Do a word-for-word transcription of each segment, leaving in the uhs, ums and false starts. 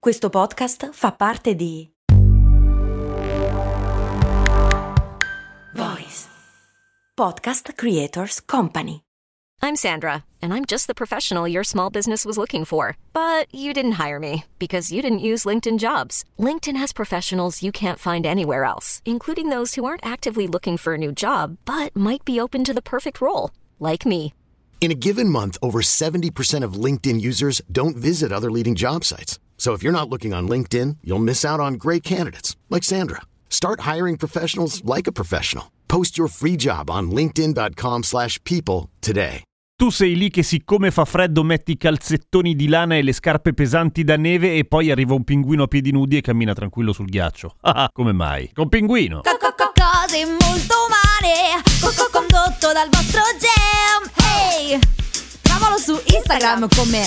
Questo podcast fa parte di Voice Podcast Creators Company. I'm Sandra, and I'm just the professional your small business was looking for. But you didn't hire me because you didn't use LinkedIn Jobs. LinkedIn has professionals you can't find anywhere else, including those who aren't actively looking for a new job, but might be open to the perfect role, like me. In a given month, over seventy percent of LinkedIn users don't visit other leading job sites. So if you're not looking on LinkedIn, you'll miss out on great candidates like Sandra. Start hiring professionals like a professional. Post your free job on linkedin dot com slash people today. Tu sei lì che siccome fa freddo metti i calzettoni di lana e le scarpe pesanti da neve e poi arriva un pinguino a piedi nudi e cammina tranquillo sul ghiaccio. Ah, come mai? Con pinguino! Cose molto umane, condotto dal vostro Gem. Hey! Trovalo su Instagram come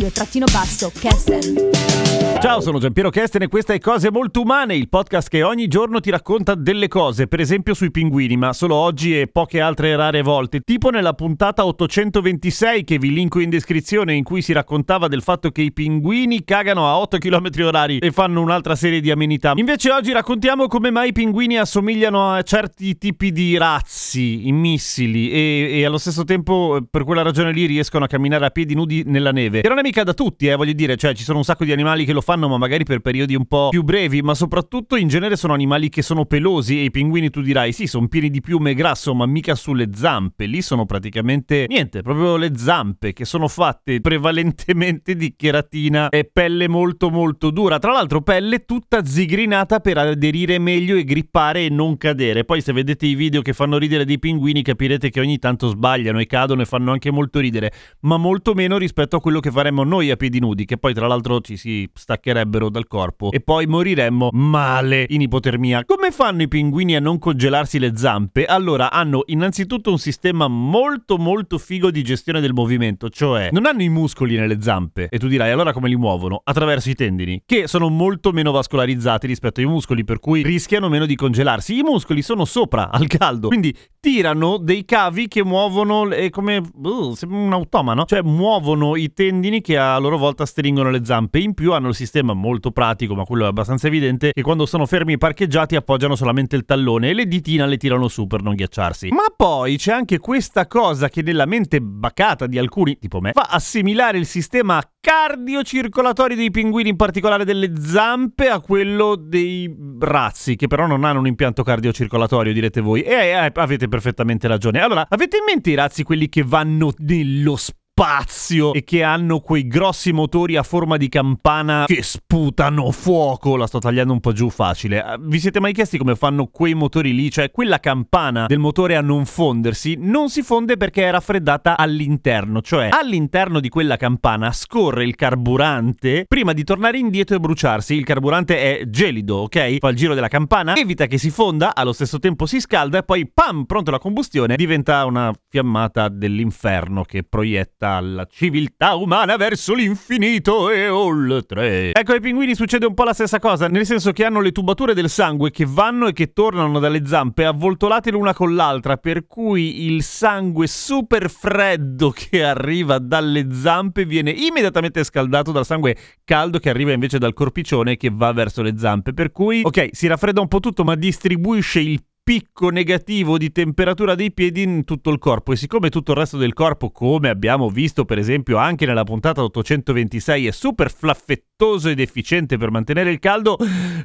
radio-kesten. Ciao, sono Giampiero Kesten e questa è Cose Molto Umane, il podcast che ogni giorno ti racconta delle cose, per esempio sui pinguini, ma solo oggi e poche altre rare volte, tipo nella puntata ottocentoventisei che vi linko in descrizione, in cui si raccontava del fatto che i pinguini cagano a otto chilometri orari e fanno un'altra serie di amenità. Invece oggi raccontiamo come mai i pinguini assomigliano a certi tipi di razzi, i missili, e, e allo stesso tempo per quella ragione lì riescono a camminare a piedi nudi nella neve. Che non è mica da tutti, eh, voglio dire, cioè ci sono un sacco di animali che lo fanno, ma magari per periodi un po' più brevi, ma soprattutto in genere sono animali che sono pelosi, e i pinguini tu dirai sì, sono pieni di piume e grasso, ma mica sulle zampe. Lì sono praticamente niente, proprio le zampe, che sono fatte prevalentemente di cheratina e pelle molto molto dura, tra l'altro pelle tutta zigrinata per aderire meglio e grippare e non cadere. Poi se vedete i video che fanno ridere dei pinguini capirete che ogni tanto sbagliano e cadono e fanno anche molto ridere, ma molto meno rispetto a quello che faremmo noi a piedi nudi, che poi tra l'altro ci si staccherebbero dal corpo e poi moriremmo male in ipotermia. Come fanno i pinguini a non congelarsi le zampe? Allora, hanno innanzitutto un sistema molto molto figo di gestione del movimento, cioè non hanno i muscoli nelle zampe, e tu dirai allora come li muovono? Attraverso i tendini, che sono molto meno vascolarizzati rispetto ai muscoli, per cui rischiano meno di congelarsi. I muscoli sono sopra al caldo, quindi tirano dei cavi che muovono, è come uh, sembra un automano, cioè muovono i tendini che a loro volta stringono le zampe. In più hanno il sistema molto pratico, ma quello è abbastanza evidente, che quando sono fermi e parcheggiati appoggiano solamente il tallone e le ditina le tirano su per non ghiacciarsi. Ma poi c'è anche questa cosa che nella mente bacata di alcuni, tipo me, fa assimilare il sistema cardiocircolatorio dei pinguini, in particolare delle zampe, a quello dei razzi, che però non hanno un impianto cardiocircolatorio, direte voi, e eh, avete perfettamente ragione. Allora, avete in mente i razzi, quelli che vanno nello spazio spazio e che hanno quei grossi motori a forma di campana che sputano fuoco? La sto tagliando un po' giù facile. Vi siete mai chiesti come fanno quei motori lì? Cioè quella campana del motore a non fondersi non si fonde perché è raffreddata all'interno, cioè all'interno di quella campana scorre il carburante prima di tornare indietro e bruciarsi. Il carburante è gelido, ok? Fa il giro della campana, evita che si fonda, allo stesso tempo si scalda e poi pam, pronto alla combustione, diventa una fiammata dell'inferno che proietta la civiltà umana verso l'infinito e oltre. Ecco, ai pinguini succede un po' la stessa cosa, nel senso che hanno le tubature del sangue che vanno e che tornano dalle zampe avvoltolate l'una con l'altra, per cui il sangue super freddo che arriva dalle zampe viene immediatamente scaldato dal sangue caldo che arriva invece dal corpiccione che va verso le zampe, per cui ok, si raffredda un po' tutto, ma distribuisce il picco negativo di temperatura dei piedi in tutto il corpo. E siccome tutto il resto del corpo, come abbiamo visto per esempio anche nella puntata ottocentoventisei, è super flaffettoso ed efficiente per mantenere il caldo,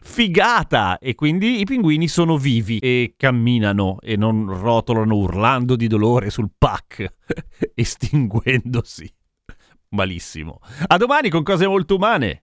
figata! E quindi i pinguini sono vivi e camminano e non rotolano urlando di dolore sul pack estinguendosi. Malissimo. A domani con Cose Molto Umane.